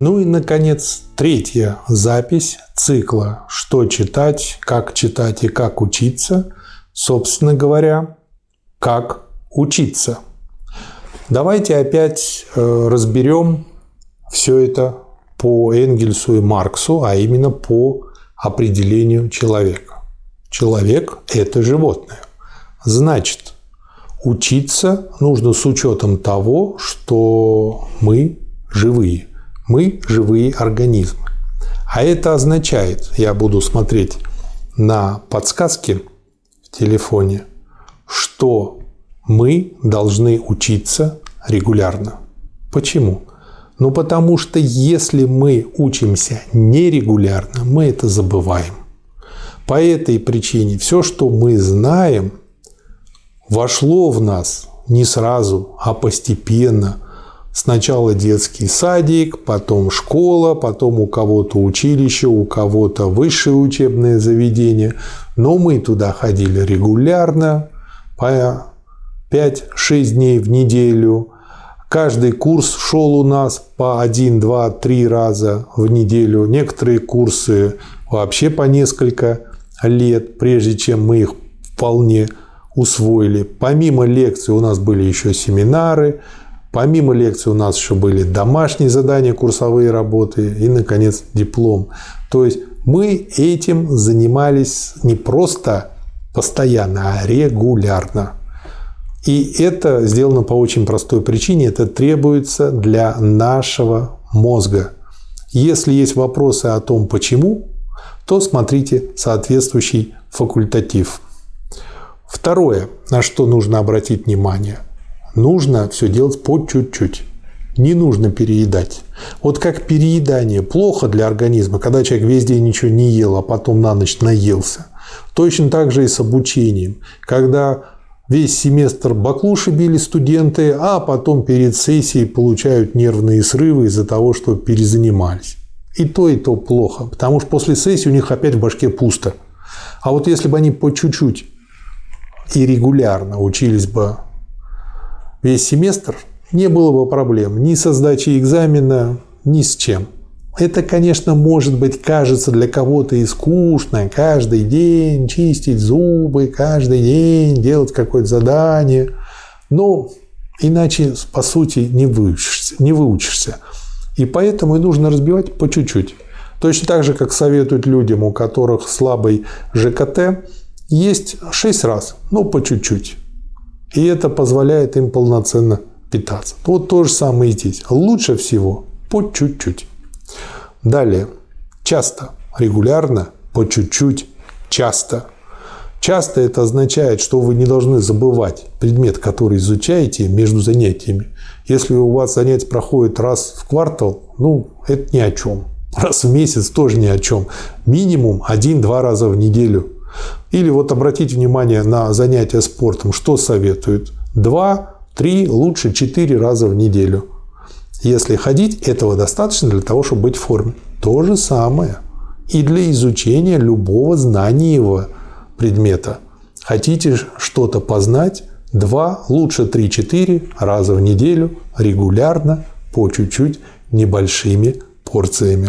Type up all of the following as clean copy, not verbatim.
Ну и, наконец, третья запись цикла «Что читать и как учиться», собственно говоря, «Как учиться». Давайте опять разберем все это по Энгельсу и Марксу, а именно по определению человека. Человек – это животное. Значит, учиться нужно с учетом того, что мы живые. Мы живые организмы. А это означает, я буду смотреть на подсказки в телефоне, что мы должны учиться регулярно. Почему? Ну, потому что если мы учимся нерегулярно, мы это забываем. По этой причине все, что мы знаем, вошло в нас не сразу, а постепенно. Сначала детский садик, потом школа, потом у кого-то училище, у кого-то высшее учебное заведение. Но мы туда ходили регулярно, по 5-6 дней в неделю. Каждый курс шел у нас по 1, 2, 3 раза в неделю. Некоторые курсы вообще по несколько лет, прежде чем мы их вполне усвоили. Помимо лекций у нас были еще семинары. Помимо лекций у нас еще были домашние задания, курсовые работы и, наконец, диплом. То есть мы этим занимались не просто постоянно, а регулярно. И это сделано по очень простой причине. Это требуется для нашего мозга. Если есть вопросы о том, почему, то смотрите соответствующий факультатив. Второе, на что нужно обратить внимание. Нужно все делать по чуть-чуть. Не нужно переедать. Вот как переедание плохо для организма, когда человек весь день ничего не ел, а потом на ночь наелся. Точно так же и с обучением. Когда весь семестр баклуши били студенты, а потом перед сессией получают нервные срывы из-за того, что перезанимались. И то плохо, потому что после сессии у них опять в башке пусто. А вот если бы они по чуть-чуть и регулярно учились бы весь семестр, не было бы проблем ни со сдачей экзамена, ни с чем. Это, конечно, может быть, кажется для кого-то и скучно. Каждый день чистить зубы, каждый день делать какое-то задание. Но иначе, по сути, не выучишься. И поэтому и нужно разбивать по чуть-чуть. Точно так же, как советуют людям, у которых слабый ЖКТ, есть 6 раз, но по чуть-чуть. И это позволяет им полноценно питаться. Вот то же самое и здесь. Лучше всего по чуть-чуть. Далее. Часто. Регулярно. По чуть-чуть. Часто. Часто это означает, что вы не должны забывать предмет, который изучаете между занятиями. Если у вас занятия проходят раз в квартал, это ни о чем. Раз в месяц тоже ни о чем. Минимум 1-2 раза в неделю. Или вот обратите внимание на занятия спортом. Что советуют? 2, 3, лучше 4 раза в неделю. Если ходить, этого достаточно для того, чтобы быть в форме. То же самое и для изучения любого знаниевого предмета. Хотите что-то познать? 2, лучше 3-4 раза в неделю, регулярно, по чуть-чуть, небольшими порциями.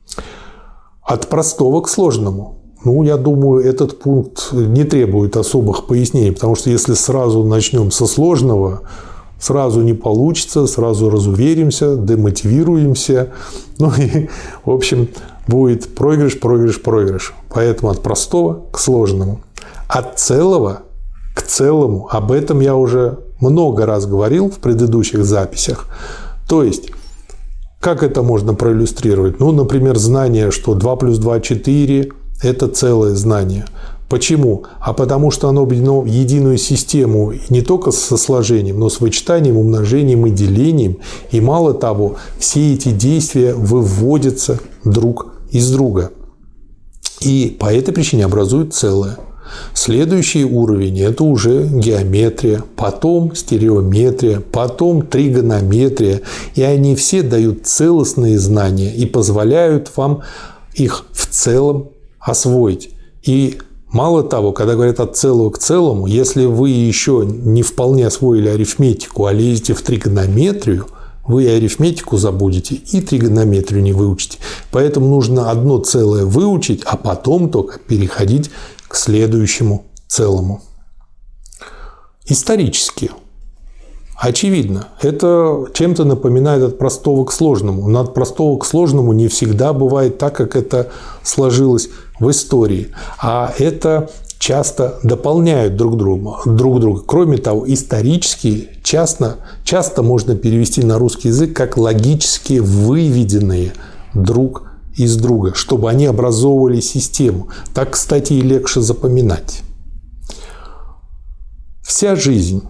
От простого к сложному. Я думаю, этот пункт не требует особых пояснений, потому что если сразу начнем со сложного, сразу не получится, сразу разуверимся, демотивируемся. И, в общем, будет проигрыш. Поэтому от простого к сложному. От целого к целому. Об этом я уже много раз говорил в предыдущих записях. То есть, как это можно проиллюстрировать? Например, знание, что 2 + 2 – 4 – это целое знание. Почему? А потому что оно объединено в единую систему не только со сложением, но с вычитанием, умножением и делением. И мало того, все эти действия выводятся друг из друга. И по этой причине образуют целое. Следующий уровень – это уже геометрия, потом стереометрия, потом тригонометрия. И они все дают целостные знания и позволяют вам их в целом освоить. И мало того, когда говорят от целого к целому, если вы еще не вполне освоили арифметику, а лезете в тригонометрию, вы и арифметику забудете, и тригонометрию не выучите. Поэтому нужно одно целое выучить, а потом только переходить к следующему целому. Исторически. Очевидно, это чем-то напоминает от простого к сложному. Но от простого к сложному не всегда бывает так, как это сложилось в истории. А это часто дополняют друг друга. Кроме того, исторически часто можно перевести на русский язык как логически выведенные друг из друга, чтобы они образовывали систему. Так, кстати, и легче запоминать. Вся жизнь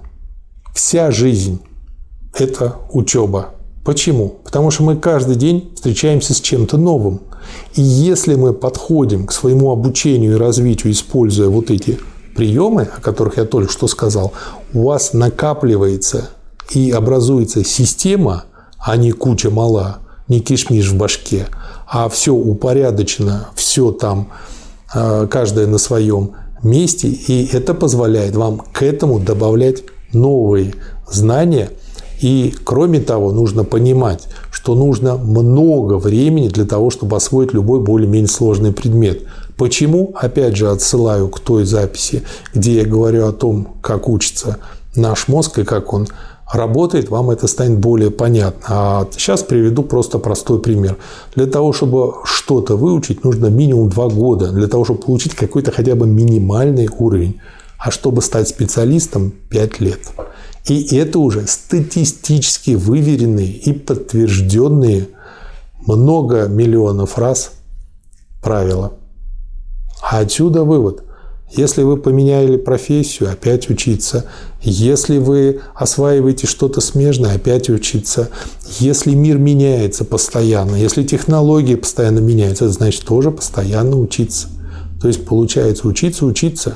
– это учеба. Почему? Потому что мы каждый день встречаемся с чем-то новым. И если мы подходим к своему обучению и развитию, используя вот эти приемы, о которых я только что сказал, у вас накапливается и образуется система, а не куча мала, не кишмиш в башке, а все упорядочено, все там, каждое на своем месте, и это позволяет вам к этому добавлять новые знания. И, кроме того, нужно понимать, что нужно много времени для того, чтобы освоить любой более-менее сложный предмет. Почему? Опять же, отсылаю к той записи, где я говорю о том, как учится наш мозг и как он работает, вам это станет более понятно. А сейчас приведу просто простой пример. Для того, чтобы что-то выучить, нужно минимум 2 года, для того, чтобы получить какой-то хотя бы минимальный уровень. А чтобы стать специалистом, 5 лет. И это уже статистически выверенные и подтвержденные много миллионов раз правила. А отсюда вывод. Если вы поменяли профессию, опять учиться. Если вы осваиваете что-то смежное, опять учиться. Если мир меняется постоянно, если технологии постоянно меняются, это значит тоже постоянно учиться. То есть получается учиться.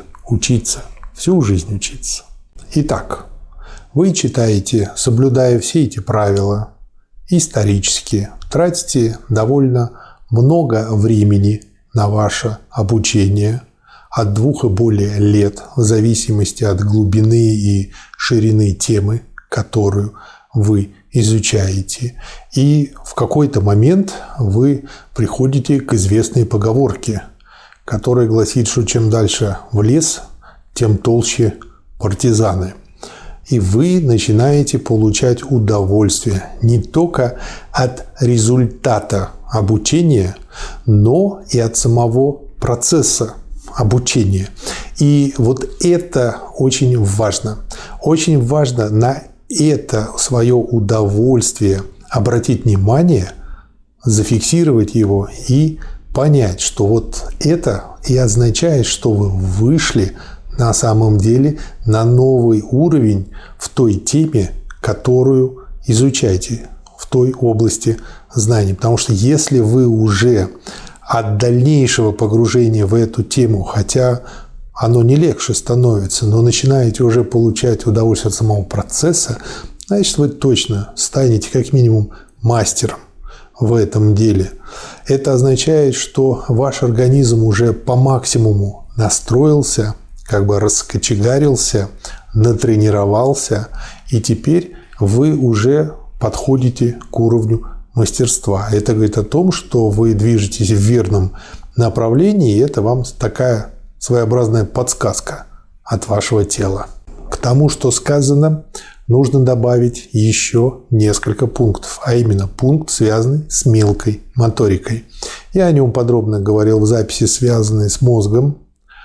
Всю жизнь учиться. Итак, вы читаете, соблюдая все эти правила, исторически, тратите довольно много времени на ваше обучение, от 2 и более лет, в зависимости от глубины и ширины темы, которую вы изучаете. И в какой-то момент вы приходите к известной поговорке, которая гласит, что чем дальше в лес, тем толще партизаны. И вы начинаете получать удовольствие не только от результата обучения, но и от самого процесса обучения. И вот это очень важно. Очень важно на это свое удовольствие обратить внимание, зафиксировать его и понять, что вот это и означает, что вы вышли на самом деле на новый уровень в той теме, которую изучаете, в той области знаний. Потому что если вы уже от дальнейшего погружения в эту тему, хотя оно не легче становится, но начинаете уже получать удовольствие от самого процесса, значит, вы точно станете как минимум мастером в этом деле. Это означает, что ваш организм уже по максимуму настроился, как бы раскочегарился, натренировался, и теперь вы уже подходите к уровню мастерства. Это говорит о том, что вы движетесь в верном направлении, и это вам такая своеобразная подсказка от вашего тела. К тому, что сказано, нужно добавить еще несколько пунктов, а именно пункт, связанный с мелкой моторикой. Я о нем подробно говорил в записи, связанной с мозгом.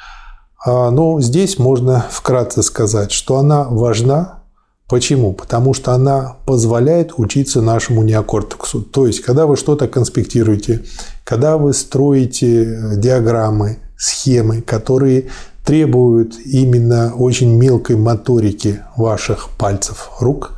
Но здесь можно вкратце сказать, что она важна. Почему? Потому что она позволяет учиться нашему неокортексу. То есть, когда вы что-то конспектируете, когда вы строите диаграммы, схемы, которые требуют именно очень мелкой моторики ваших пальцев, рук,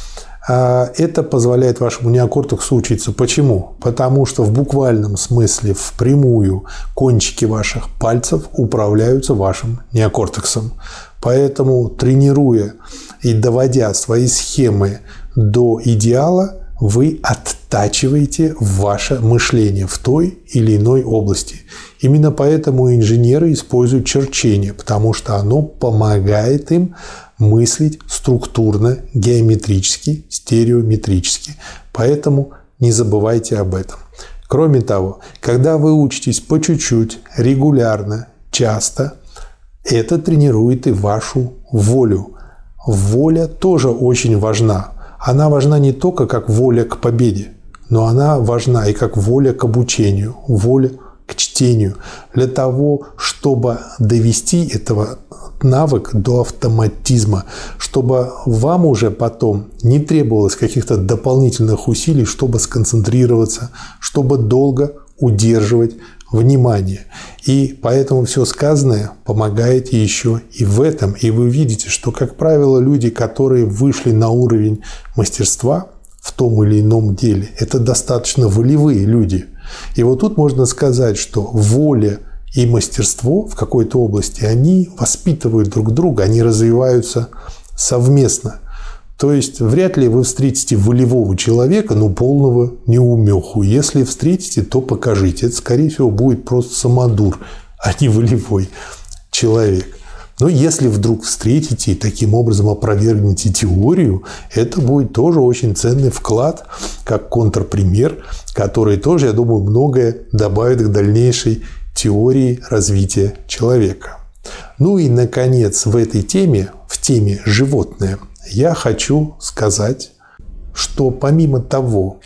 это позволяет вашему неокортексу учиться. Почему? Потому что в буквальном смысле, впрямую, кончики ваших пальцев управляются вашим неокортексом. Поэтому, тренируя и доводя свои схемы до идеала, вы оттачиваете ваше мышление в той или иной области. Именно поэтому инженеры используют черчение, потому что оно помогает им мыслить структурно, геометрически, стереометрически. Поэтому не забывайте об этом. Кроме того, когда вы учитесь по чуть-чуть, регулярно, часто, это тренирует и вашу волю. Воля тоже очень важна. Она важна не только как воля к победе, но она важна и как воля к обучению, воля к чтению. Для того, чтобы довести этого навык до автоматизма, чтобы вам уже потом не требовалось каких-то дополнительных усилий, чтобы сконцентрироваться, чтобы долго удерживать внимание. И поэтому все сказанное помогает еще и в этом. И вы видите, что, как правило, люди, которые вышли на уровень мастерства в том или ином деле, это достаточно волевые люди. И вот тут можно сказать, что воля и мастерство в какой-то области, они воспитывают друг друга, они развиваются совместно. То есть вряд ли вы встретите волевого человека, но полного неумеху. Если встретите, то покажите. Это, скорее всего, будет просто самодур, а не волевой человек. Но если вдруг встретите и таким образом опровергнете теорию, это будет тоже очень ценный вклад, как контрпример, который тоже, я думаю, многое добавит к дальнейшей теории развития человека. Ну и, наконец, в этой теме, в теме «Животное», я хочу сказать, что помимо того,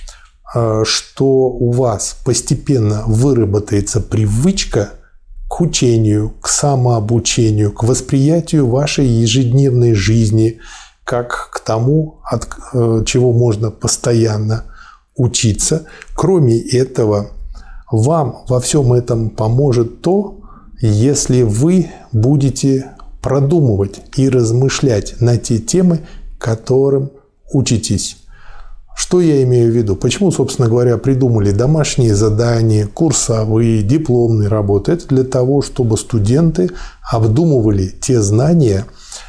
что у вас постепенно выработается привычка к учению, к самообучению, к восприятию вашей ежедневной жизни, как к тому, от чего можно постоянно учиться, кроме этого, вам во всем этом поможет то, если вы будете продумывать и размышлять на те темы, которым учитесь. Что я имею в виду? Почему, собственно говоря, придумали домашние задания, курсовые, дипломные работы? Это для того, чтобы студенты обдумывали те знания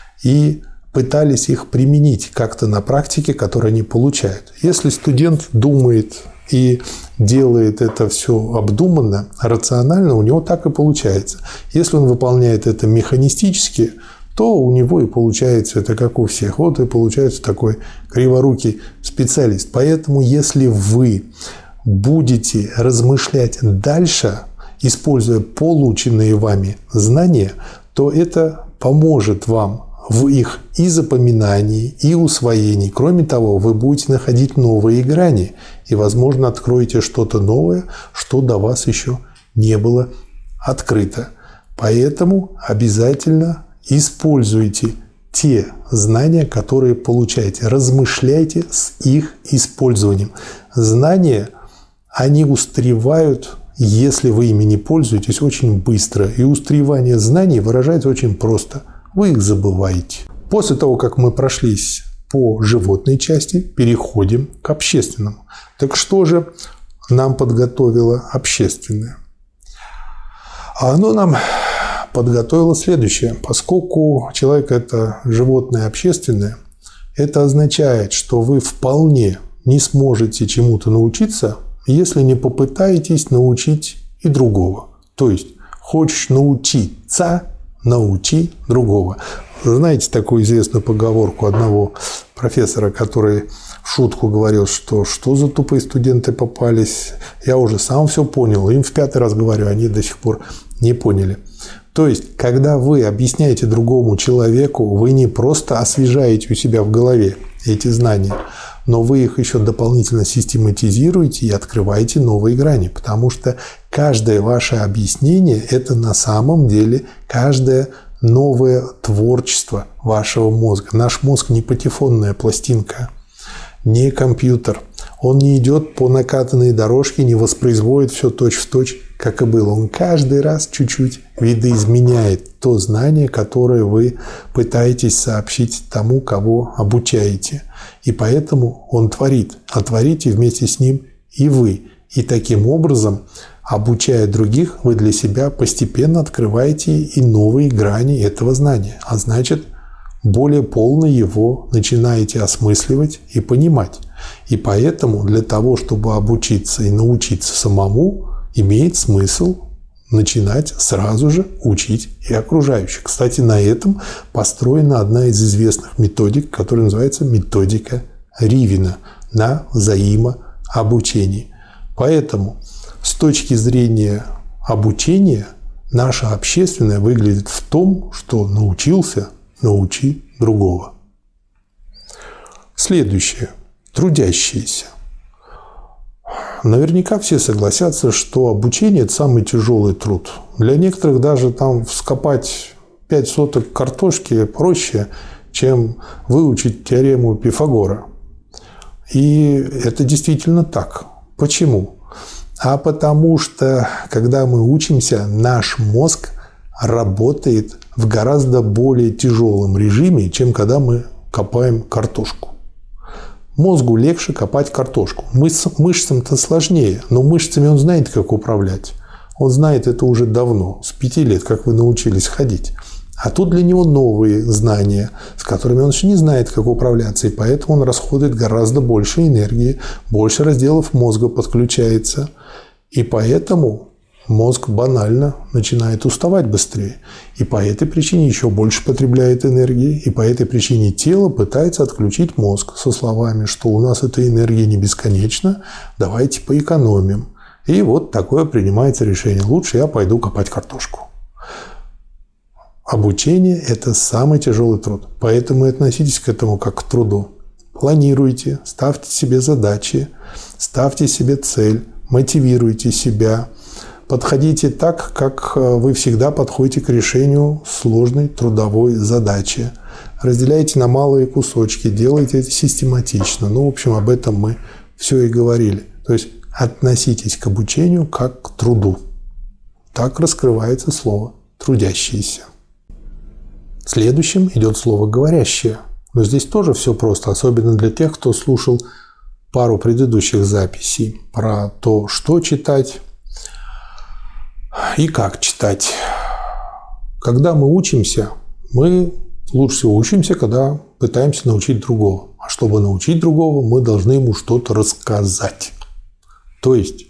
и пытались их применить как-то на практике, которые они получают. Если студент думает и делает это все обдуманно, рационально, у него так и получается. Если он выполняет это механистически, то у него и получается это как у всех. Вот и получается такой криворукий специалист. Поэтому, если вы будете размышлять дальше, используя полученные вами знания, то это поможет вам в их и запоминании, и усвоении. Кроме того, вы будете находить новые грани и, возможно, откроете что-то новое, что до вас еще не было открыто. Поэтому обязательно используйте те знания, которые получаете. Размышляйте с их использованием. Знания, они устаревают, если вы ими не пользуетесь, очень быстро. И устаревание знаний выражается очень просто. Вы их забываете. После того, как мы прошлись по животной части, переходим к общественному. Так что же нам подготовило общественное? А оно нам подготовило следующее. Поскольку человек – это животное общественное, это означает, что вы вполне не сможете чему-то научиться, если не попытаетесь научить и другого. То есть, хочешь научиться – научи другого. Знаете такую известную поговорку одного профессора, который в шутку говорил, что за тупые студенты попались, я уже сам все понял, им в 5-й раз говорю, они до сих пор не поняли. То есть, когда вы объясняете другому человеку, вы не просто освежаете у себя в голове эти знания, но вы их еще дополнительно систематизируете и открываете новые грани, потому что каждое ваше объяснение – это на самом деле каждое новое творчество вашего мозга. Наш мозг не патефонная пластинка, не компьютер. Он не идет по накатанной дорожке, не воспроизводит все точь-в-точь, как и было. Он каждый раз чуть-чуть видоизменяет то знание, которое вы пытаетесь сообщить тому, кого обучаете. И поэтому он творит. А творите вместе с ним и вы. И таким образом, обучая других, вы для себя постепенно открываете и новые грани этого знания. А значит, более полно его начинаете осмысливать и понимать. И поэтому для того, чтобы обучиться и научиться самому, имеет смысл начинать сразу же учить и окружающих. Кстати, на этом построена одна из известных методик, которая называется методика Ривина на взаимообучении. Поэтому с точки зрения обучения наша общественная выглядит в том, что научился – научи другого. Следующее. Трудящиеся. Наверняка все согласятся, что обучение – это самый тяжелый труд. Для некоторых даже там вскопать 5 соток картошки проще, чем выучить теорему Пифагора. И это действительно так. Почему? А потому что, когда мы учимся, наш мозг работает в гораздо более тяжелом режиме, чем когда мы копаем картошку. Мозгу легче копать картошку. Мышцам-то сложнее, но мышцами он знает, как управлять. Он знает это уже давно, с 5 лет, как вы научились ходить. А тут для него новые знания, с которыми он еще не знает, как управляться, и поэтому он расходует гораздо больше энергии, больше разделов мозга подключается. И поэтому мозг банально начинает уставать быстрее. И по этой причине еще больше потребляет энергии. И по этой причине тело пытается отключить мозг со словами, что у нас эта энергия не бесконечна, давайте поэкономим. И вот такое принимается решение. Лучше я пойду копать картошку. Обучение – это самый тяжелый труд. Поэтому и относитесь к этому как к труду. Планируйте, ставьте себе задачи, ставьте себе цель, мотивируйте себя. Подходите так, как вы всегда подходите к решению сложной трудовой задачи. Разделяйте на малые кусочки, делайте это систематично. Ну, в общем, об этом мы все и говорили. То есть относитесь к обучению как к труду. Так раскрывается слово «трудящиеся». Следующим идет слово «говорящее». Но здесь тоже все просто, особенно для тех, кто слушал пару предыдущих записей про то, что читать и как читать. Когда мы учимся, мы лучше всего учимся, когда пытаемся научить другого. А чтобы научить другого, мы должны ему что-то рассказать. То есть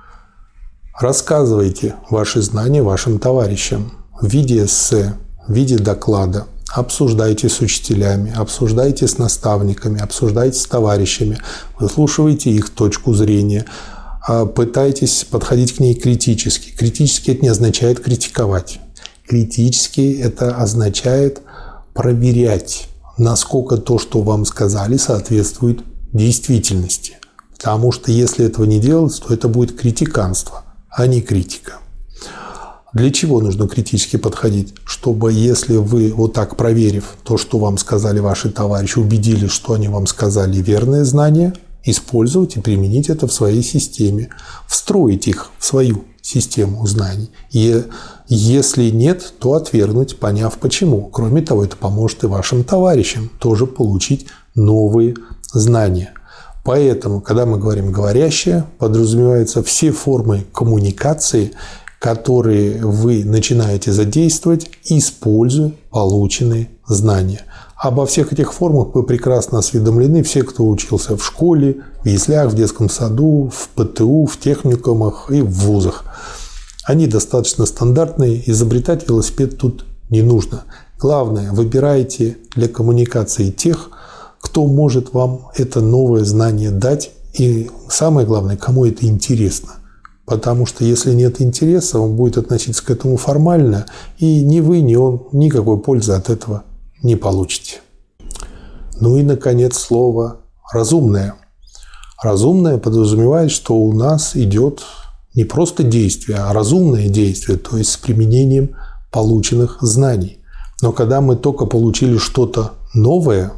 рассказывайте ваши знания вашим товарищам в виде эссе, в виде доклада. Обсуждайте с учителями, обсуждайте с наставниками, обсуждайте с товарищами, выслушивайте их точку зрения, пытайтесь подходить к ней критически. Критически – это не означает критиковать. Критически – это означает проверять, насколько то, что вам сказали, соответствует действительности. Потому что если этого не делать, то это будет критиканство, а не критика. Для чего нужно критически подходить? Чтобы, если вы, вот так проверив то, что вам сказали ваши товарищи, убедились, что они вам сказали верное знание, использовать и применить это в своей системе, встроить их в свою систему знаний. И если нет, то отвергнуть, поняв почему. Кроме того, это поможет и вашим товарищам тоже получить новые знания. Поэтому, когда мы говорим «говорящее», подразумеваются все формы коммуникации, которые вы начинаете задействовать, используя полученные знания. Обо всех этих формах вы прекрасно осведомлены, все, кто учился в школе, в яслях, в детском саду, в ПТУ, в техникумах и в вузах. Они достаточно стандартные, изобретать велосипед тут не нужно. Главное, выбирайте для коммуникации тех, кто может вам это новое знание дать, и самое главное, кому это интересно. Потому что если нет интереса, он будет относиться к этому формально, и ни вы, ни он никакой пользы от этого не получите. Ну и, наконец, слово «разумное». Разумное подразумевает, что у нас идет не просто действие, а разумное действие, то есть с применением полученных знаний. Но когда мы только получили что-то новое,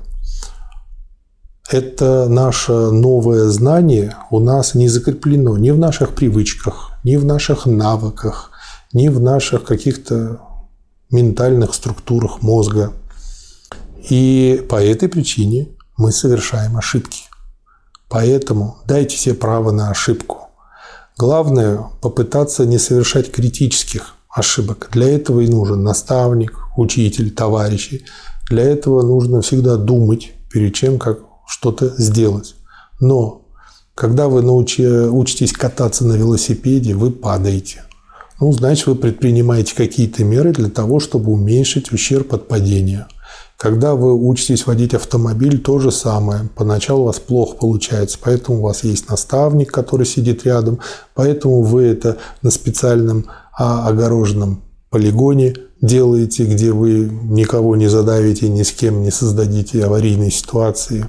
это наше новое знание у нас не закреплено ни в наших привычках, ни в наших навыках, ни в наших каких-то ментальных структурах мозга. И по этой причине мы совершаем ошибки. Поэтому дайте себе право на ошибку. Главное – попытаться не совершать критических ошибок. Для этого и нужен наставник, учитель, товарищи. Для этого нужно всегда думать перед тем, как что-то сделать. Но когда вы учитесь кататься на велосипеде, вы падаете. Ну, значит, вы предпринимаете какие-то меры для того, чтобы уменьшить ущерб от падения. Когда вы учитесь водить автомобиль, то же самое. Поначалу у вас плохо получается, поэтому у вас есть наставник, который сидит рядом, поэтому вы это на специальном огороженном полигоне делаете, где вы никого не задавите, ни с кем не создадите аварийной ситуации,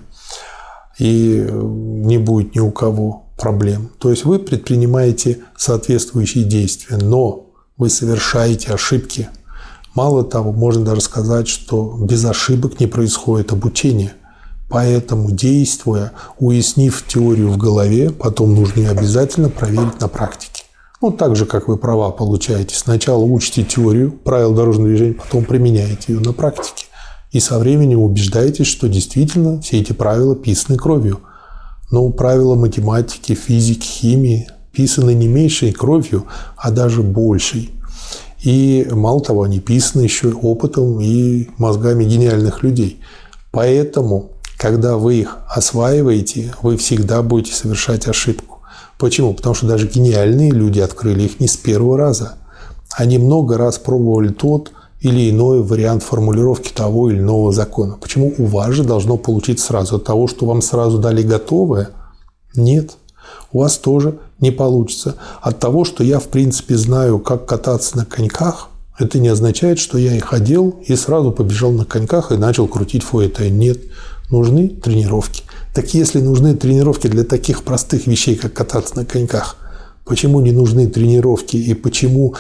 и не будет ни у кого проблем. То есть вы предпринимаете соответствующие действия, но вы совершаете ошибки. Мало того, можно даже сказать, что без ошибок не происходит обучение. Поэтому, действуя, уяснив теорию в голове, потом нужно ее обязательно проверить на практике. Ну, так же, как вы права получаете. Сначала учите теорию правил дорожного движения, потом применяете ее на практике. И со временем убеждаетесь, что действительно все эти правила писаны кровью. Но правила математики, физики, химии писаны не меньшей кровью, а даже большей. И мало того, они писаны еще опытом и мозгами гениальных людей. Поэтому, когда вы их осваиваете, вы всегда будете совершать ошибку. Почему? Потому что даже гениальные люди открыли их не с первого раза. Они много раз пробовали тот или иной вариант формулировки того или иного закона. Почему у вас же должно получиться сразу? От того, что вам сразу дали готовое? Нет. У вас тоже не получится. От того, что я, в принципе, знаю, как кататься на коньках, это не означает, что я их одел и сразу побежал на коньках и начал крутить фуэте. Нет. Нужны тренировки. Так если нужны тренировки для таких простых вещей, как кататься на коньках, почему не нужны тренировки и почему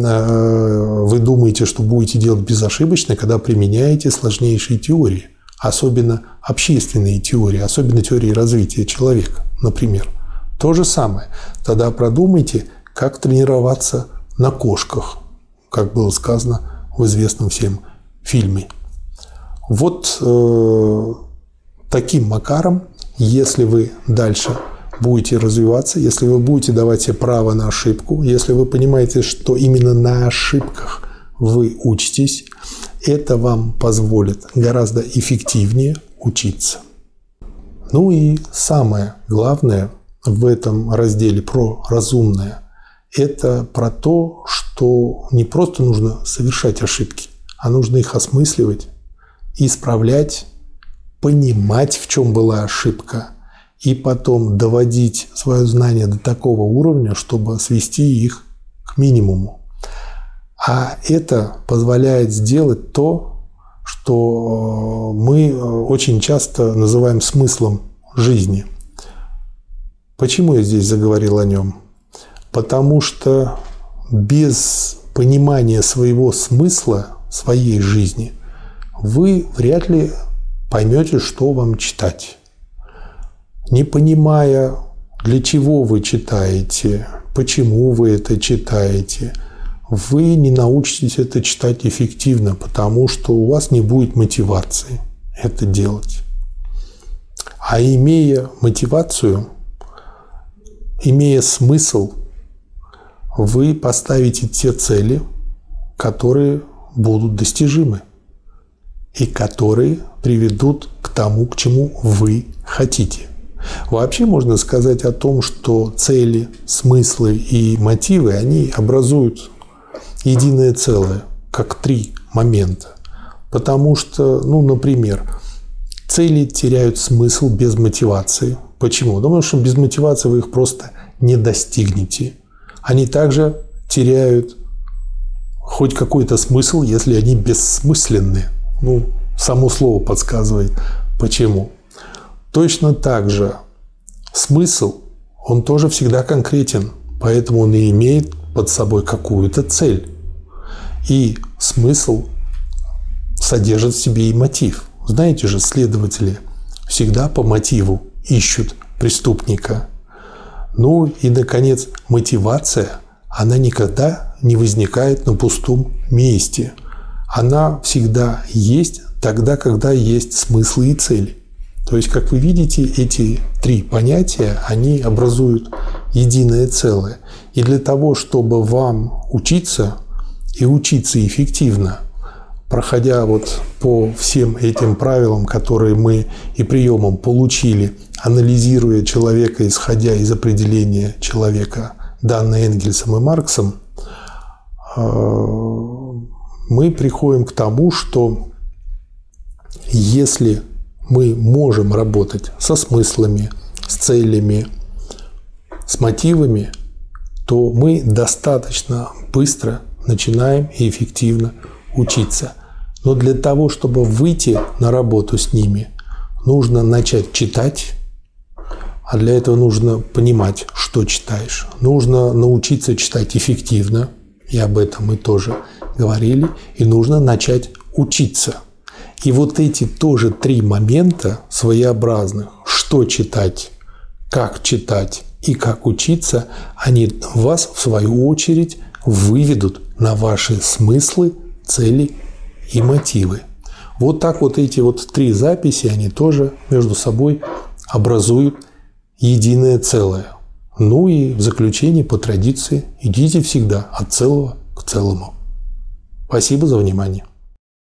вы думаете, что будете делать безошибочно, когда применяете сложнейшие теории, особенно общественные теории, особенно теории развития человека, например. То же самое. Тогда продумайте, как тренироваться на кошках, как было сказано в известном всем фильме. Вот таким макаром, если вы дальше будете развиваться, если вы будете давать себе право на ошибку, если вы понимаете, что именно на ошибках вы учитесь, это вам позволит гораздо эффективнее учиться. Ну и самое главное в этом разделе про разумное – это про то, что не просто нужно совершать ошибки, а нужно их осмысливать, исправлять, понимать, в чем была ошибка, и потом доводить свое знание до такого уровня, чтобы свести их к минимуму. А это позволяет сделать то, что мы очень часто называем смыслом жизни. Почему я здесь заговорил о нем? Потому что без понимания своего смысла, своей жизни, вы вряд ли поймете, что вам читать. Не понимая, для чего вы читаете, почему вы это читаете, вы не научитесь это читать эффективно, потому что у вас не будет мотивации это делать. А имея мотивацию, имея смысл, вы поставите те цели, которые будут достижимы и которые приведут к тому, к чему вы хотите. Вообще можно сказать о том, что цели, смыслы и мотивы, они образуют единое целое, как три момента. Потому что, например, цели теряют смысл без мотивации. Почему? Потому что без мотивации вы их просто не достигнете. Они также теряют хоть какой-то смысл, если они бессмысленны. Само слово подсказывает, почему. Точно так же смысл, он тоже всегда конкретен, поэтому он и имеет под собой какую-то цель. И смысл содержит в себе и мотив. Знаете же, следователи всегда по мотиву ищут преступника. И, наконец, мотивация, она никогда не возникает на пустом месте. Она всегда есть тогда, когда есть смыслы и цели. То есть, как вы видите, эти три понятия, они образуют единое целое. И для того, чтобы вам учиться и учиться эффективно, проходя по всем этим правилам, которые мы и приемам получили, анализируя человека, исходя из определения человека, данное Энгельсом и Марксом, мы приходим к тому, что если мы можем работать со смыслами, с целями, с мотивами, то мы достаточно быстро начинаем и эффективно учиться. Но для того, чтобы выйти на работу с ними, нужно начать читать, а для этого нужно понимать, что читаешь. Нужно научиться читать эффективно, и об этом мы тоже говорили, и нужно начать учиться. И вот эти тоже 3 момента своеобразных, что читать, как читать и как учиться, они вас, в свою очередь, выведут на ваши смыслы, цели и мотивы. Вот так вот эти вот 3 записи, они тоже между собой образуют единое целое. Ну и в заключение, по традиции, идите всегда от целого к целому. Спасибо за внимание.